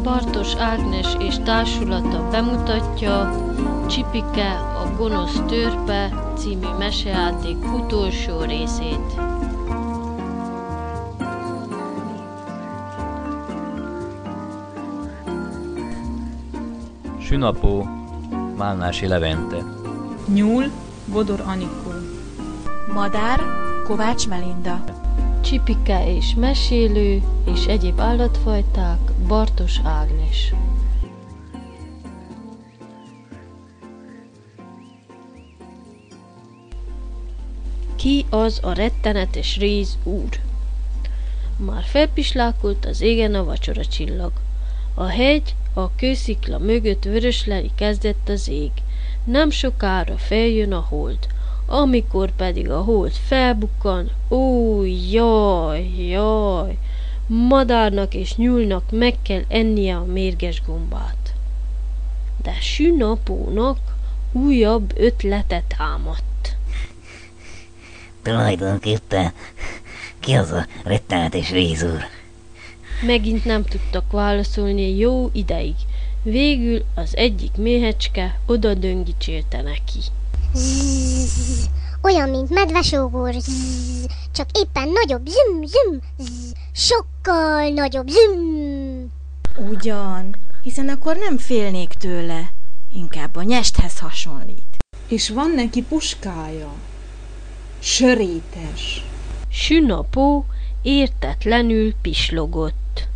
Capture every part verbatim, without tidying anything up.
Bartos Ágnes és társulata bemutatja Csipike, a gonosz törpe című mesejáték utolsó részét. Sünapó, Málnási Levente. Nyúl, Bodor Anikó. Madár, Kovács Melinda. Csipike és mesélő és egyéb állatfajták, Bartos Ágnes. Ki az a rettenetes réz úr? Már felpislákolt az égen a vacsora csillag. A hegy, a kőszikla mögött vörösleni kezdett az ég. Nem sokára feljön a hold. Amikor pedig a hold felbukkan, ó, jaj, jaj, madárnak és nyúlnak meg kell ennie a mérges gombát. De Sünapónak újabb ötlete támadt. Tulajdonképpen ki az a rettenetes réz úr? Megint nem tudtak válaszolni jó ideig. Végül az egyik méhecske oda döngicsélte neki. Zzz, olyan, mint medvesógor, zzz, csak éppen nagyobb, züm, züm, zzz, sokkal nagyobb, züm. Ugyan, hiszen akkor nem félnék tőle, inkább a nyesthez hasonlít. És van neki puskája. Sörétes. Sünapó értetlenül pislogott.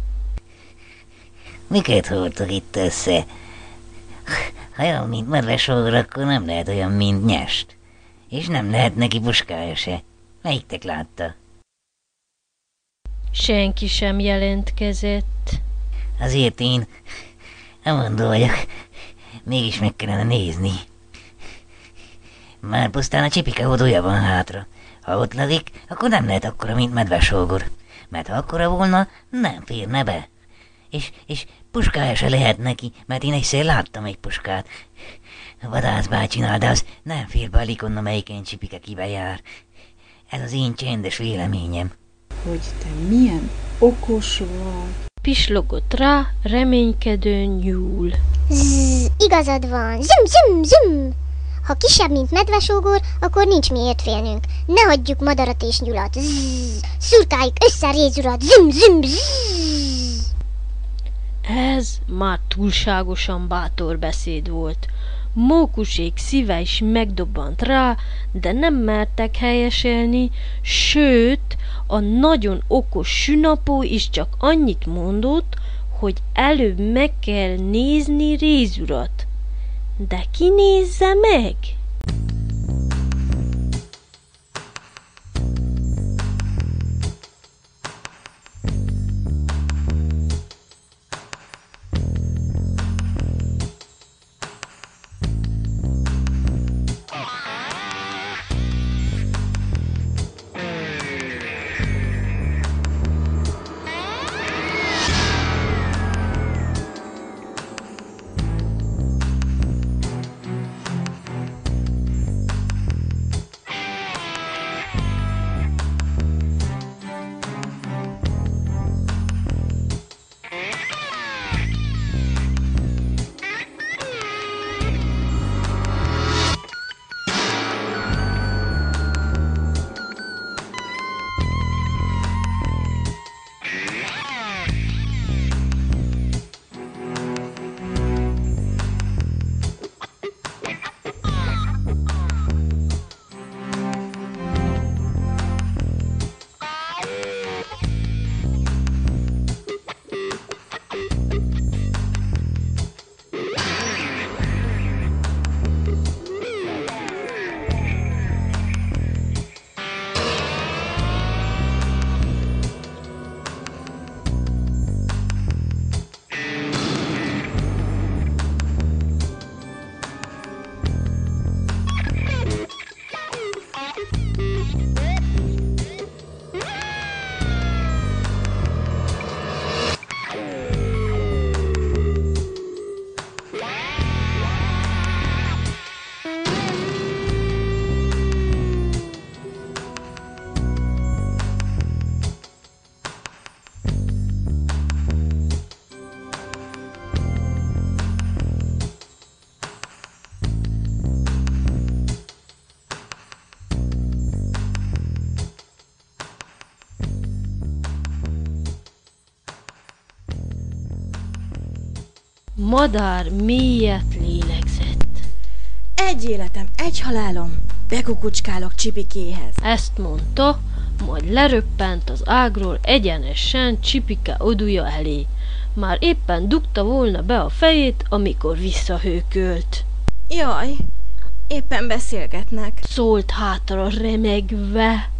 Miket hordtok itt össze? Ha olyan, mint medvesógor, akkor nem lehet olyan, mint nyest. És nem lehet neki puskája se. Melyiktek látta? Senki sem jelentkezett. Azért én elmondó vagyok. Mégis meg kellene nézni. Már pusztán a Csipike hódolja van hátra. Ha ott lakik, akkor nem lehet akkora, mint medvesógor. Mert ha akkora volna, nem férne be. És, és puskája se lehet neki, mert én egyszer láttam egy puskát. A vadászbácsinál, de az nem fér be a likonna, melyiken Csipike kibe jár. Ez az én csendes véleményem. Hogy te milyen okos vagy. Pislogott rá reménykedő nyúl. Zzz, igazad van, züm, züm, züm. Ha kisebb, mint medvesógor, akkor nincs miért félnünk. Ne hagyjuk madarat és nyulat. Zzz, szurkáljuk össze rézurat, züm, züm, zzz. Ez már túlságosan bátor beszéd volt. Mókusék szíve is megdobbant rá, de nem mertek helyeselni, sőt, a nagyon okos Sünapó is csak annyit mondott, hogy előbb meg kell nézni rézurat. De ki nézze meg? Madár mélyet lélegzett. Egy életem, egy halálom, bekukucskálok Csipikéhez. Ezt mondta, majd leröppent az ágról egyenesen Csipike odúja elé. Már éppen dugta volna be a fejét, amikor visszahőkölt. Jaj, éppen beszélgetnek. Szólt hátra remegve.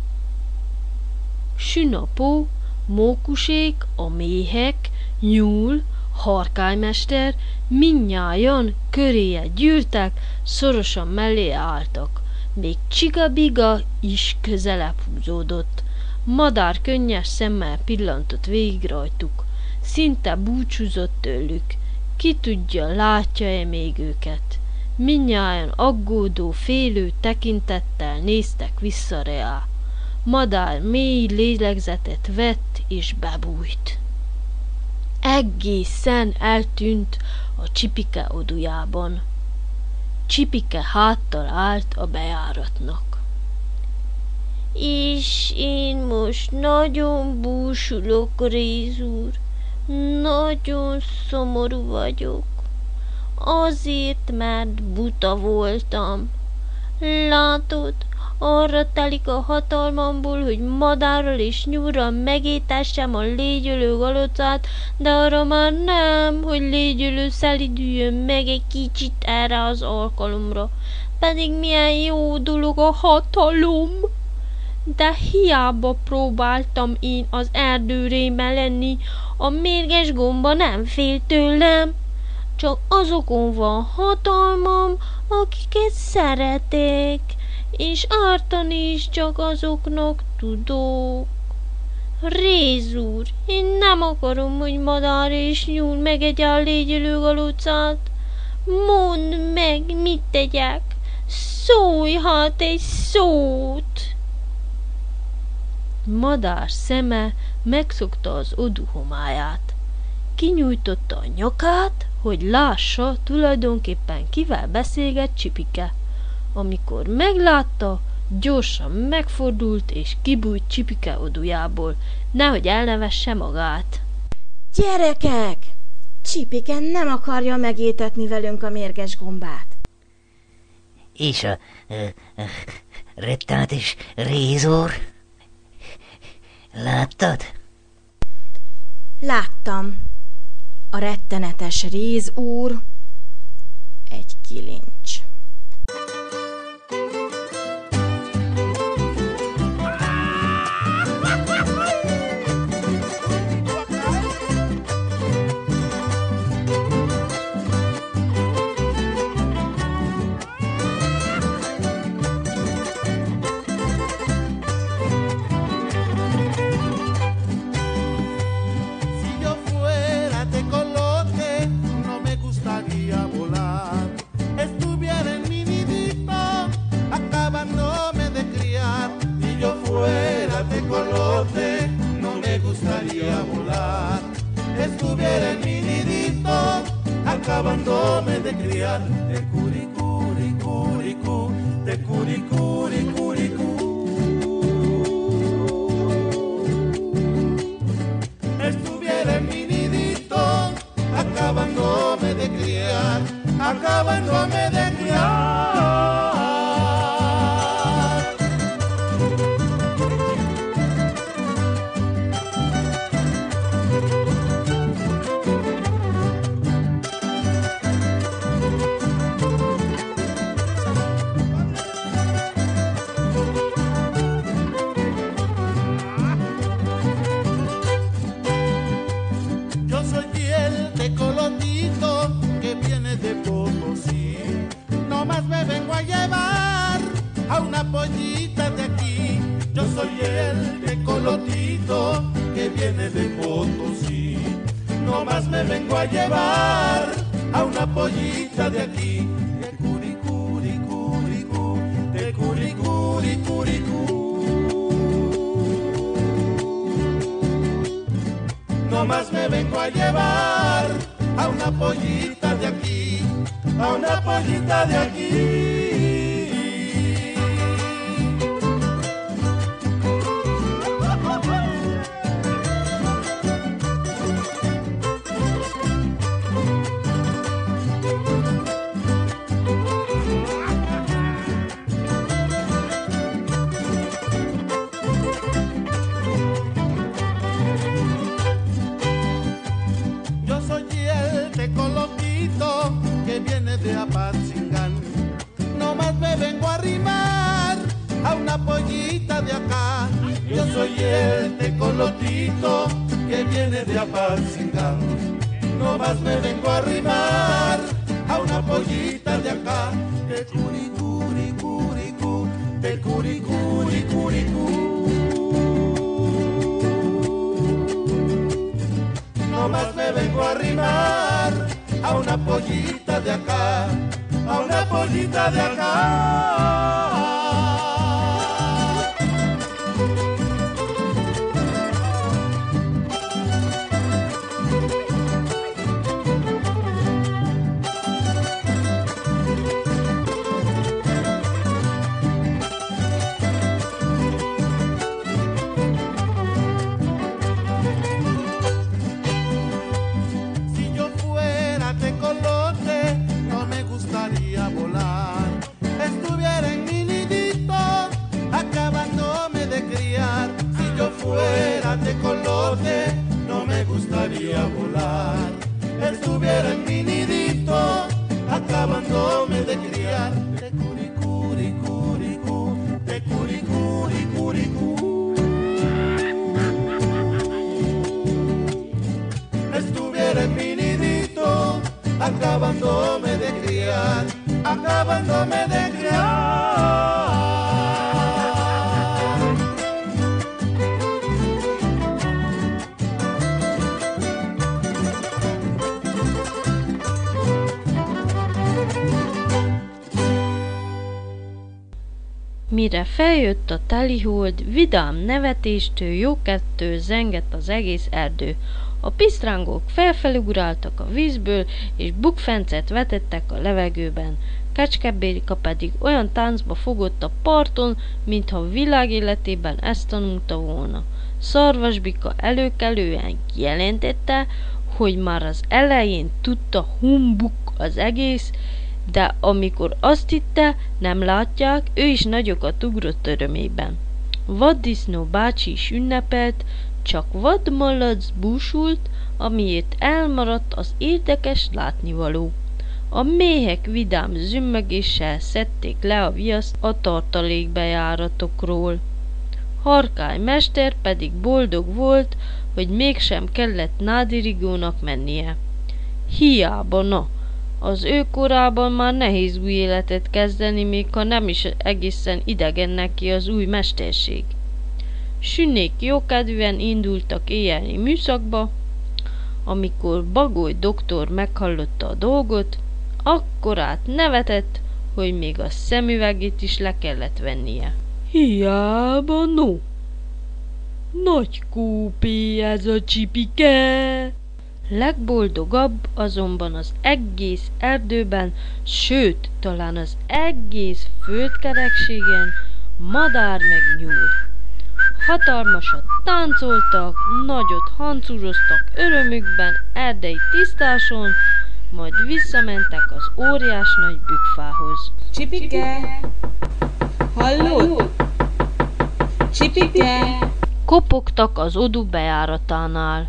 Sünapó, mókusék, a méhek, nyúl, harkálymester mindnyájan köréje gyűltek, szorosan mellé álltak. Még Csigabiga is közelebb húzódott. Madár könnyes szemmel pillantott végig rajtuk. Szinte búcsúzott tőlük. Ki tudja, látja-e még őket. Mindnyájan aggódó, félő tekintettel néztek vissza reá. Madár mély lélegzetet vett és bebújt. Egészen eltűnt a Csipike odujában. Csipike háttal állt a bejáratnak. És én most nagyon búsulok, Réz úr. Nagyon szomorú vagyok. Azért, mert buta voltam. Látod, arra telik a hatalmamból, hogy madárral és nyúlral megétessem a légyölő galocát, de arra már nem, hogy légyölő szelidüljön meg egy kicsit erre az alkalomra. Pedig milyen jó dolog a hatalom! De hiába próbáltam én az erdőréme lenni, a mérges gomba nem fél tőlem. Csak azokon van hatalmam, akiket szeretek, és ártani is csak azoknak tudok. Réz úr, én nem akarom, hogy madár és nyúl megegye a légyölő galócát. Mondd meg, mit tegyek. Szólj hát egy szót! Madár szeme megszokta az odú homályát. Kinyújtotta a nyakát, hogy lássa tulajdonképpen kivel beszélget Csipike. Amikor meglátta, gyorsan megfordult és kibújt Csipike odujából, nehogy elnevesse magát. Gyerekek! Csipike nem akarja megétetni velünk a mérges gombát. És a, a, a rettenetes Réz úr? Láttad? Láttam. A rettenetes Réz úr egy kilincs. Estuviera en mi nidito, acabándome de criar, de curicuri, curicú, de curicuri, curicú. Estuviera en mi nidito, acabándome de criar, acabándome de criar. Pollita de aquí, yo soy el tecolotito que viene de Potosí. No más me vengo a llevar a una pollita de aquí, de curicuri, curicú, de curicuri, curicú. No más me vengo a llevar a una pollita de aquí, a una pollita de aquí. colorito que viene de Apatzingán. No más me vengo a arrimar a una pollita de acá. Yo soy el tecolotito que viene de Apatzingán. No más me vengo a arrimar a una pollita de acá. De curicuri, curicú, de curicuri, curicú. No más me vengo a arrimar a una pollita de acá, a una pollita de acá. Fuera tecolote, no me gustaría volar. Estuviera en mi nidito, acabándome de criar. De curicuri, curicú, de curicuri, curicú. Estuviera en mi nidito, acabándome de criar, acabándome de criar. Mire feljött a telihold, vidám nevetéstől jókedtől zengett az egész erdő. A pisztrángok felfelugráltak a vízből, és bukfencet vetettek a levegőben. Kecskebéka pedig olyan táncba fogott a parton, mintha világ életében ezt tanulta volna. Szarvasbika előkelően kijelentette, hogy már az elején tudta, humbuk az egész, de amikor azt hitte, nem látják, ő is nagyokat ugrott örömében. Vaddisznó bácsi is ünnepelt, csak vadmalac búsult, amiért elmaradt az érdekes látnivaló. A méhek vidám zümmögéssel szedték le a viaszt a tartalékbejáratokról. Harkály mester pedig boldog volt, hogy mégsem kellett Nádirigónak mennie. Hiába, na! Az ő korában már nehéz új életet kezdeni, még ha nem is egészen idegen neki az új mesterség. Sünnék jókedvűen indultak éjjelni műszakba, amikor Bagoly doktor meghallotta a dolgot, akkorát nevetett, hogy még a szemüvegét is le kellett vennie. Hiába, no! Nagy kópé ez a Csipike! Legboldogabb azonban az egész erdőben, sőt, talán az egész földkerekségen madár meg nyúl. Hatalmasat táncoltak, nagyot hancúroztak örömükben erdei tisztáson, majd visszamentek az óriás nagy bükkfához. Csipike! Hallod? Csipike! Kopogtak az odu bejáratánál.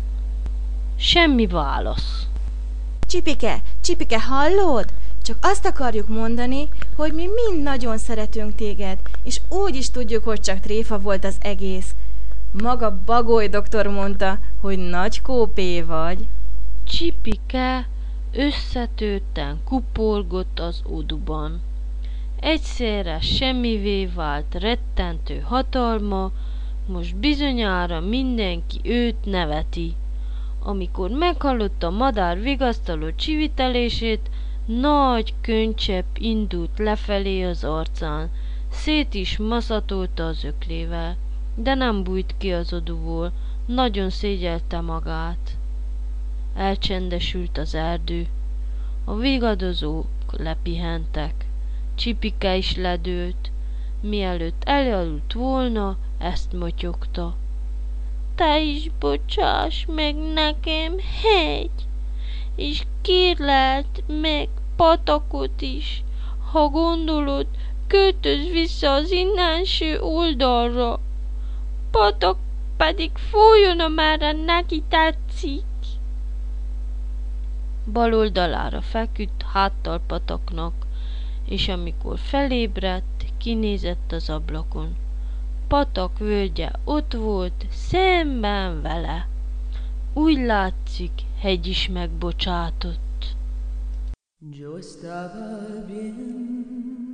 Semmi válasz. Csipike, Csipike, hallod? Csak azt akarjuk mondani, hogy mi mind nagyon szeretünk téged, és úgy is tudjuk, hogy csak tréfa volt az egész. Maga Bagoly doktor mondta, hogy nagy kópé vagy. Csipike összetörten kupolgott az oduban. Egyszerre semmivé vált rettentő hatalma, most bizonyára mindenki őt neveti. Amikor meghallotta a madár vigasztaló csivitelését, nagy könycsepp indult lefelé az arcán. Szét is maszatolta az öklével, de nem bújt ki az oduból, nagyon szégyelte magát. Elcsendesült az erdő. A vigadozók lepihentek. Csipike is ledőlt. Mielőtt elaludt volna, ezt motyogta. Te is bocsáss meg nekem, hegy, és kérlelt meg patakot is. Ha gondolod, költözz vissza az innenső oldalra. Patak pedig folyjon, amerre neki tetszik. bal oldalára feküdt háttal pataknak, és amikor felébredt, kinézett az ablakon. Patak völgye ott volt, szemben vele. Úgy látszik, hegy is megbocsátott. Yo estaba bien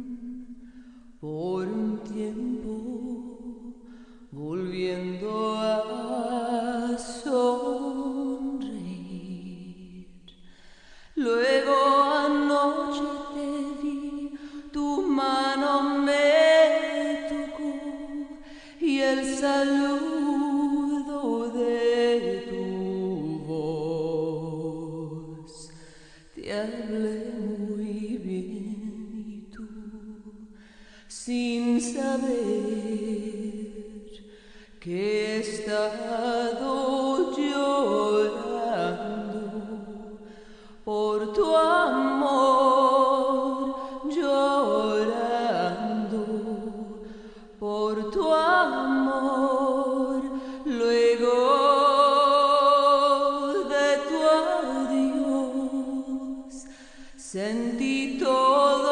por un tiempo, volviendo a sonreír. Luego anoche te vi, tu mano me tocó y el saludo de tu voz. Te hablé muy bien y tú, sin saber que he estado llorando por tu amor, llorando por tu amor. Luego de tu adiós sentí todo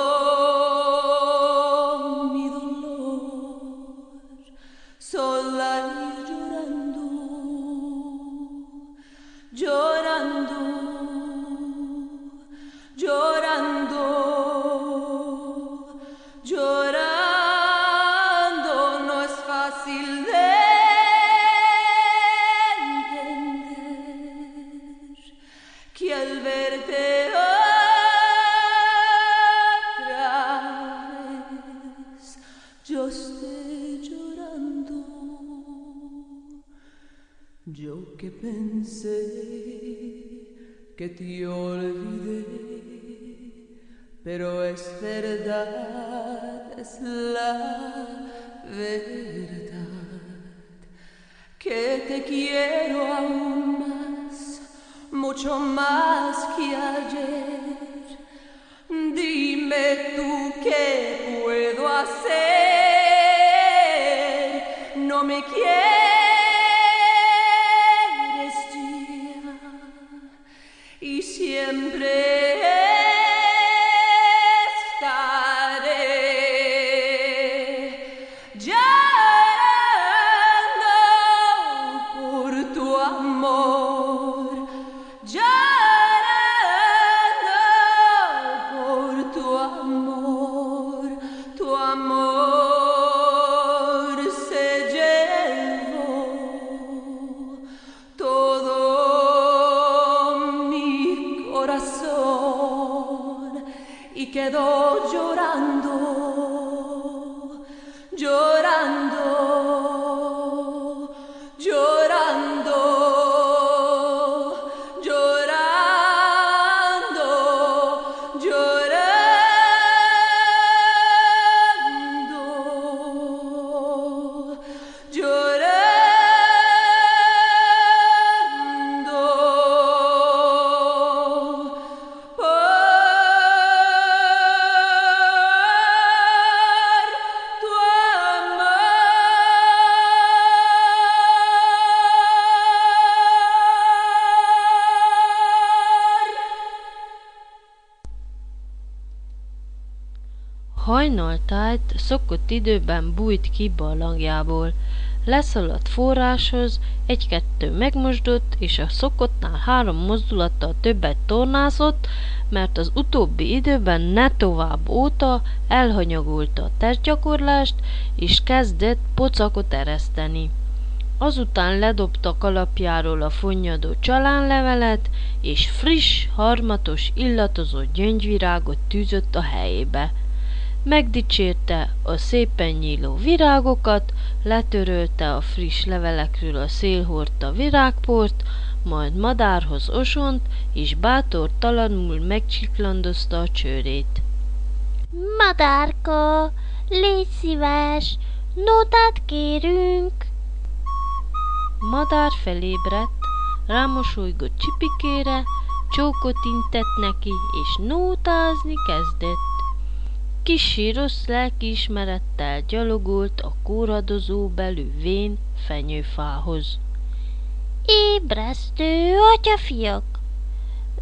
mi dolor, sola y llorando, llorando, llorando, llorando. No es fácil de entender que al verte otra vez yo esté llorando. Yo que pensé que te olvidé, pero es verdad, es la verdad, que te quiero aún más, mucho más que ayer. Dime tú qué puedo hacer, no me quieres ya y siempre y quedó llorando, llorando, llorando, llorando, llorando, llorando. Hajnaltájt szokott időben bújt ki barlangjából. Leszaladt forráshoz, egy-kettő megmosdott, és a szokottnál három mozdulattal többet tornázott, mert az utóbbi időben ne tovább óta elhanyagolta a testgyakorlást, és kezdett pocakot ereszteni. Azután ledobta kalapjáról a fonnyadó csalánlevelet, és friss, harmatos, illatozó gyöngyvirágot tűzött a helyébe. Megdicsérte a szépen nyíló virágokat, letörölte a friss levelekről a szélhordta virágport, majd madárhoz osont, és bátortalanul megcsiklandozta a csőrét. Madárka, légy szíves, nótát kérünk. Madár felébredt, rámosolygott Csipikére, csókot intett neki, és nótázni kezdett. Kissé rossz lelkiismerettel gyalogolt a kóradozó belű vén fenyőfához. Ébresztő, atyafiak!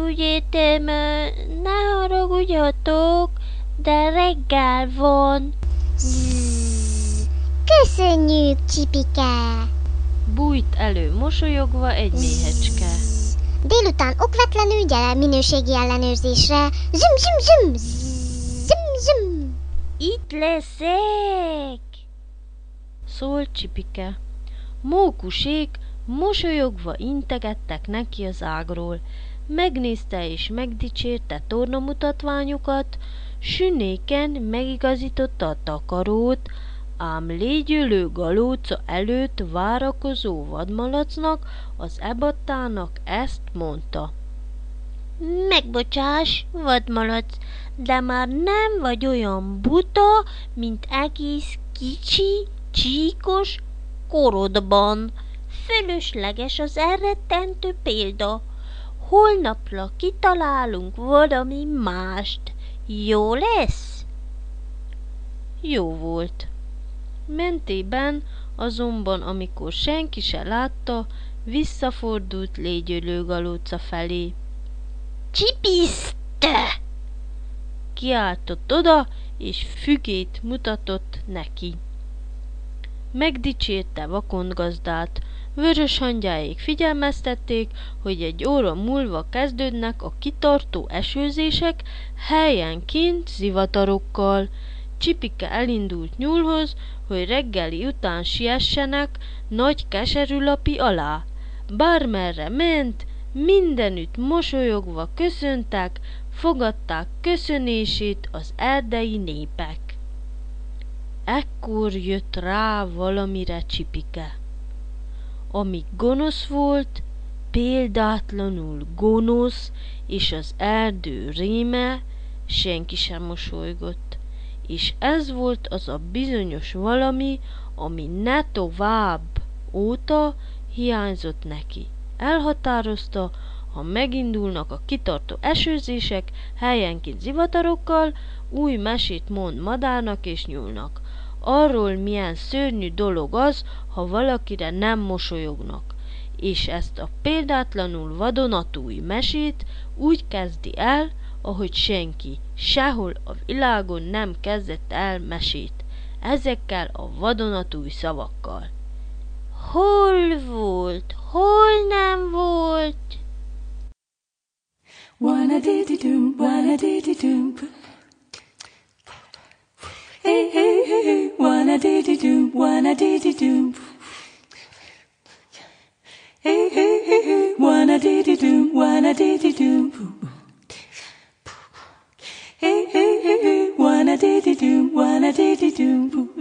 úgy értem, ne haragudjatok, de reggel van. Zzz. Köszönjük, Csipike! Bújt elő mosolyogva egy méhecske. Zzz. Délután okvetlenül gyere minőségi ellenőrzésre. Züm, züm, züm! Züm, züm! Itt leszek! Szólt Csipike. Mókusék mosolyogva integettek neki az ágról. Megnézte és megdicsérte tornamutatványukat, sünéken megigazította a takarót, ám légyülő galóca előtt várakozó vadmalacnak, az ebattának ezt mondta. Megbocsáss, vadmalac, de már nem vagy olyan buta, mint egész kicsi, csíkos korodban. Fölösleges az elrettentő példa. Holnapra kitalálunk valami mást. Jó lesz? Jó volt. Mentében azonban, amikor senki se látta, visszafordult légyölőgalóca felé. Csipiszte! Kiáltott oda, és fügét mutatott neki. Megdicsérte vakondgazdát. Vörös hangyáék figyelmeztették, hogy egy óra múlva kezdődnek a kitartó esőzések, helyenként zivatarokkal. Csipike elindult nyúlhoz, hogy reggeli után siessenek nagy keserűlapi alá. Bármerre ment, mindenütt mosolyogva köszöntek, fogadták köszönését az erdei népek. Ekkor jött rá valamire Csipike. Ami gonosz volt, példátlanul gonosz, és az erdő réme, senki sem mosolygott. És ez volt az a bizonyos valami, ami ne tovább óta hiányzott neki. Elhatározta, ha megindulnak a kitartó esőzések, helyenként zivatarokkal, új mesét mond madárnak és nyúlnak. Arról, milyen szörnyű dolog az, ha valakire nem mosolyognak, és ezt a példátlanul vadonatúj mesét úgy kezdi el, ahogy senki sehol a világon nem kezdett el mesét, ezekkel a vadonatúj szavakkal. Hol volt, hol nem volt? Wanna-dee-dee-doom, wanna-dee-dee-doom. Hey, hey, hey, hey, wanna-dee-dee-doom, wanna-dee-dee-doom. Hey, hey, hey, hey, wanna-dee-dee-doom, wanna-dee-dee-doom. Hey, hey, hey, hey, wanna-dee-dee-doom, wanna-dee-dee-doom.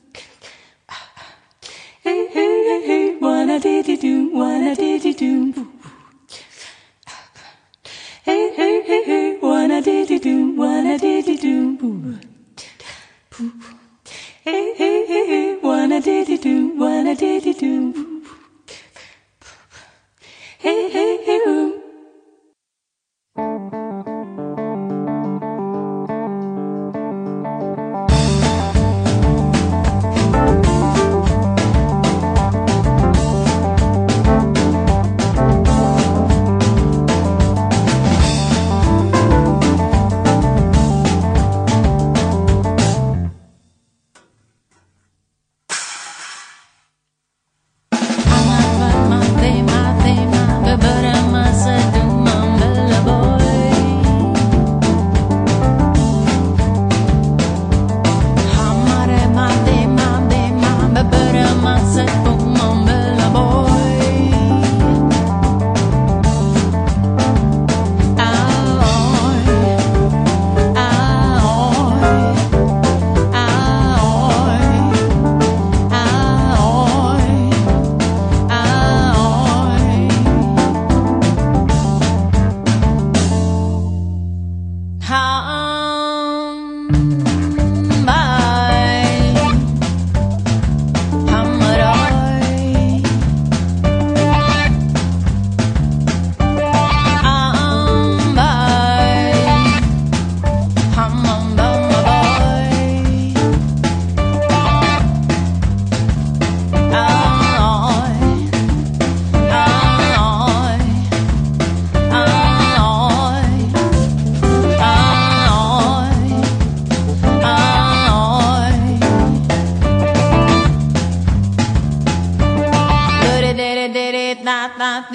Hey, hey, hey, hey, wanna-dee-dee-doom, wanna-dee-dee-doom. Hey, hey, hey, hey, wanna-dee-dee-doom, wanna-dee-dee-doom. Hey, hey, hey, hey, wanna-dee-dee-doom, wanna-dee-dee-doom. Hey, hey, hey, hey.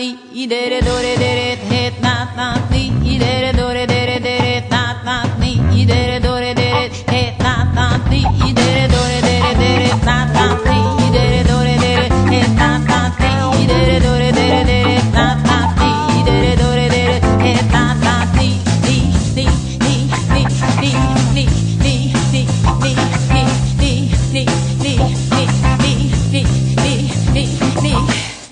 li, idere dore dere het nat nat li, idere dore dere dere nat nat li, idere dore dere het nat nat li, idere dore dere dere nat nat li, idere dore dere het nat nat li, idere dore dere dere nat nat li, idere dore dere het nat nat li, li li li li li li li li li li li li li li li li li.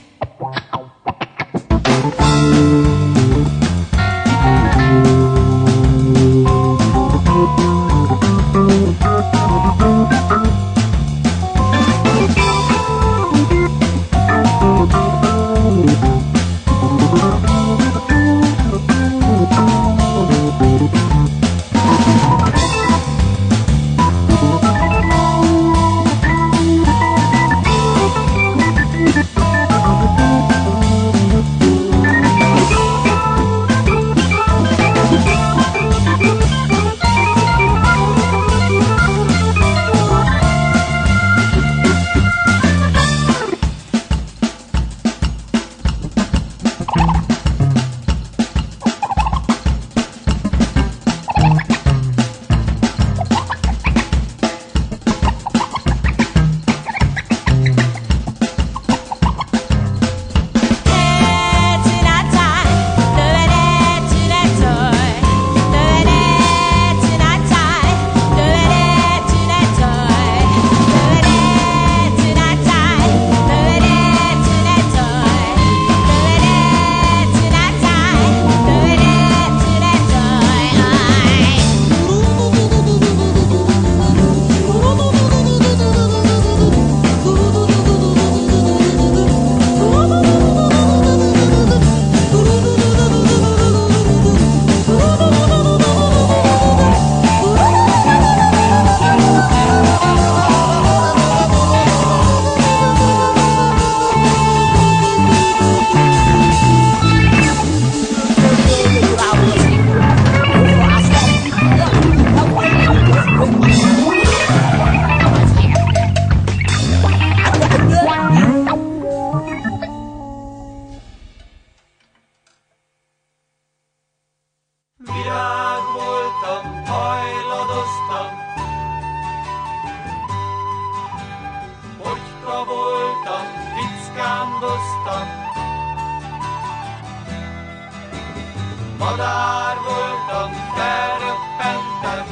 Madár voltam, felröppentem,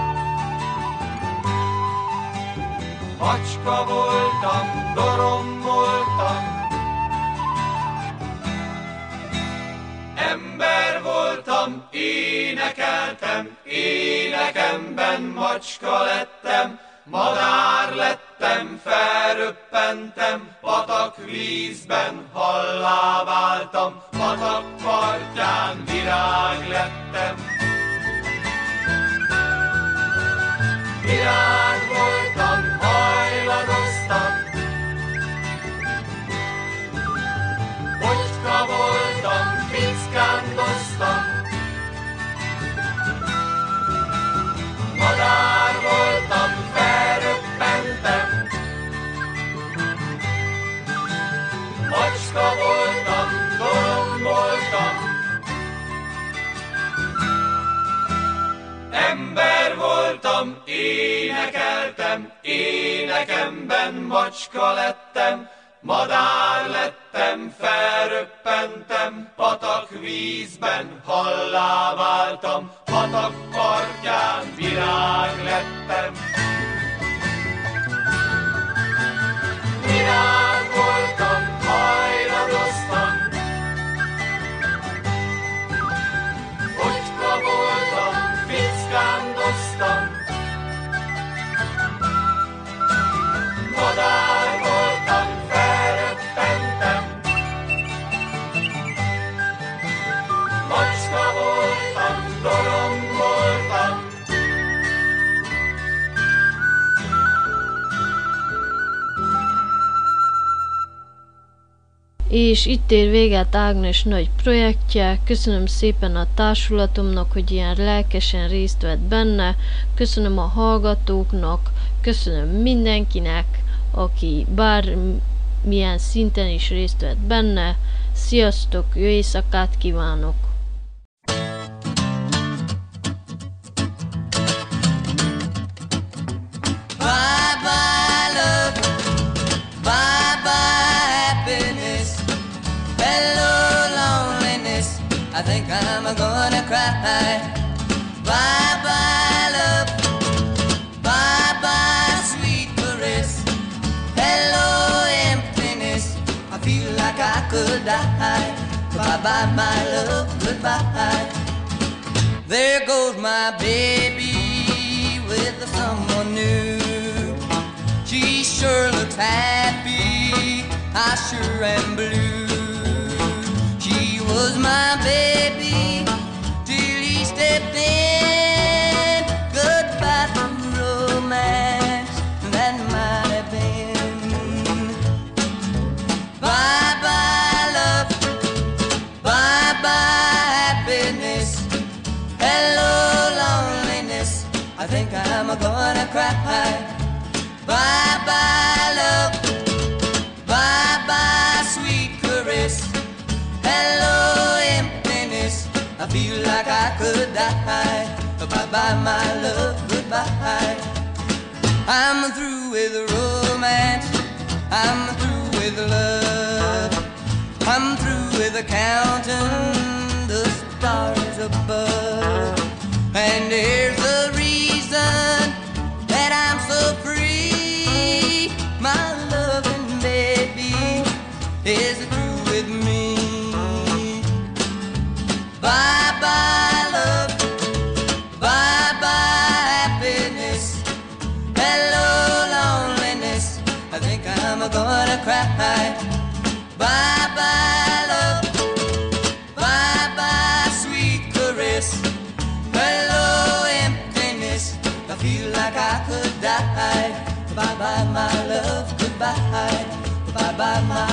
macska voltam, doromboltam, ember voltam, énekeltem, énekemben macska lettem, madár lettem, felröppentem, patak vízben hallá váltam, patak partján virág lettem. Virág voltam, hajladoztam, bocska voltam, fickándoztam, madár voltam, felröppentem, macska voltam, doromboltam, ember voltam, énekeltem, énekemben macska lettem, madár lettem, felröppentem, patak vízben hallá váltam, patak partján virág lettem. Virág voltam, hajladoztam, bocska voltam, fickándoztam, madár voltam, felröppentem, macska voltam, doromboltam. És itt ér véget Ágnes nagy projektje. Köszönöm szépen a társulatomnak, hogy ilyen lelkesen részt vett benne. Köszönöm a hallgatóknak, köszönöm mindenkinek, aki bármilyen szinten is részt vett benne. Sziasztok, jó éjszakát kívánok! Bye-bye love, bye-bye happiness, hello loneliness, I think I'm gonna cry. Bye-bye love, bye-bye sweet caress, hello emptiness, I feel like I could die. Bye-bye my love, goodbye. There goes my baby with someone new. She sure looks happy, I sure am blue. She was my baby till he stepped in. Goodbye to romance, that might have been. Bye-bye love, bye-bye happiness, hello loneliness, I think I'm gonna cry. Bye-bye love, bye-bye sweet caress, hello emptiness, I feel like I could die. Bye-bye my love, goodbye. I'm through with romance, I'm through with love, I'm through with counting the stars above. And here's the reason that I'm so free. My loving baby is through with me. Bye-bye love, bye-bye happiness, hello loneliness, I think I'm gonna cry. Bye-bye love, bye-bye sweet caress, hello emptiness, I feel like I could die. Bye-bye my love, goodbye. Bye-bye my